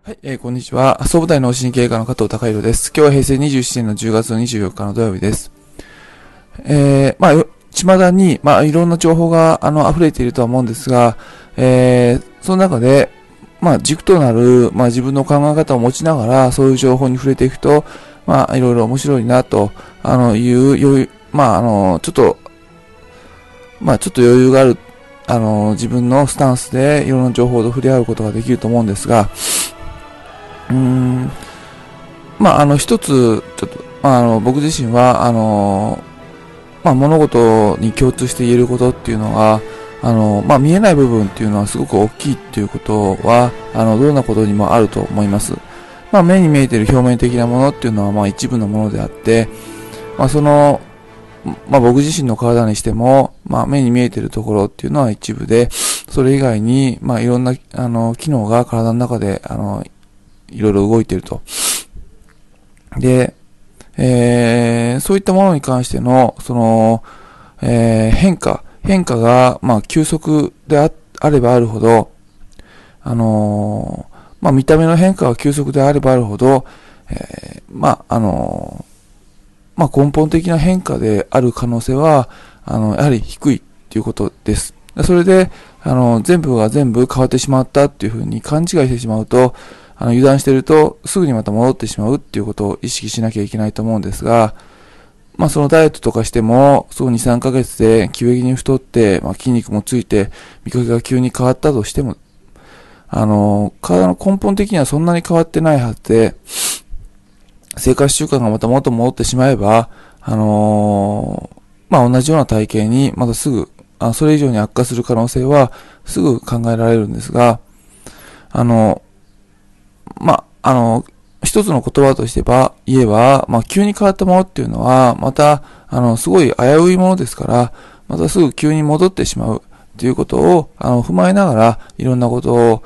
はい、こんにちは。総務大脳神経外科の加藤孝弘です。今日は平成27年の10月24日の土曜日です。巷に、いろんな情報が、溢れているとは思うんですが、その中で、軸となる、自分の考え方を持ちながら、そういう情報に触れていくと、いろいろ面白いな、と、ちょっと余裕がある、自分のスタンスで、いろんな情報と触れ合うことができると思うんですが、一つ、ちょっと、僕自身は、物事に共通して言えることっていうのは、見えない部分っていうのはすごく大きいっていうことは、どんなことにもあると思います。目に見えている表面的なものっていうのは、一部のものであって、僕自身の体にしても、目に見えているところっていうのは一部で、それ以外に、いろんな、機能が体の中で、いろいろ動いていると。で、そういったものに関しての、変化が、急速であればあるほど、見た目の変化が急速であればあるほど、根本的な変化である可能性は、やはり低いということです。それで、全部が全部変わってしまったっていうふうに勘違いしてしまうと、油断しているとすぐにまた戻ってしまうっていうことを意識しなきゃいけないと思うんですが、そのダイエットとかしても、そう2、3ヶ月で急激に太って、筋肉もついて、見かけが急に変わったとしても、体の根本的にはそんなに変わってないはずで、生活習慣がまた元戻ってしまえば、同じような体型にまたすぐ、それ以上に悪化する可能性はすぐ考えられるんですが、一つの言葉として言えば、急に変わったものっていうのは、また、すごい危ういものですから、またすぐ急に戻ってしまうということを、踏まえながら、いろんなことを、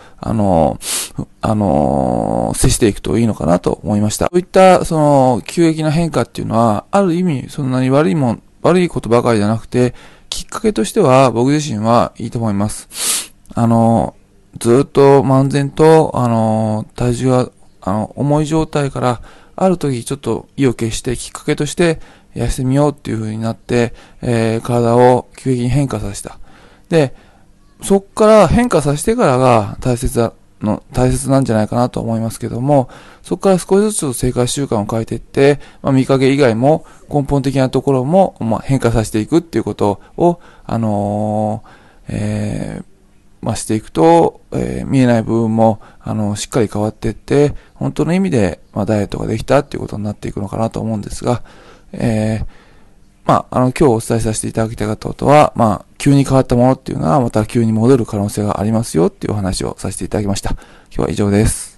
接していくといいのかなと思いました。そういった、急激な変化っていうのは、ある意味、そんなに悪いことばかりじゃなくて、きっかけとしては、僕自身はいいと思います。ずっと漫然と、体重が、重い状態から、ある時ちょっと意を決してきっかけとして痩せてみようっていう風になって、体を急激に変化させた。で、そっから変化させてからが大切なんじゃないかなと思いますけども、そこから少しずつ生活習慣を変えていって、見かけ以外も根本的なところも、変化させていくっていうことを、していくと、見えない部分も、しっかり変わっていって、本当の意味で、ダイエットができたっていうことになっていくのかなと思うんですが、今日お伝えさせていただきたかったことは、急に変わったものっていうのは、また急に戻る可能性がありますよっていうお話をさせていただきました。今日は以上です。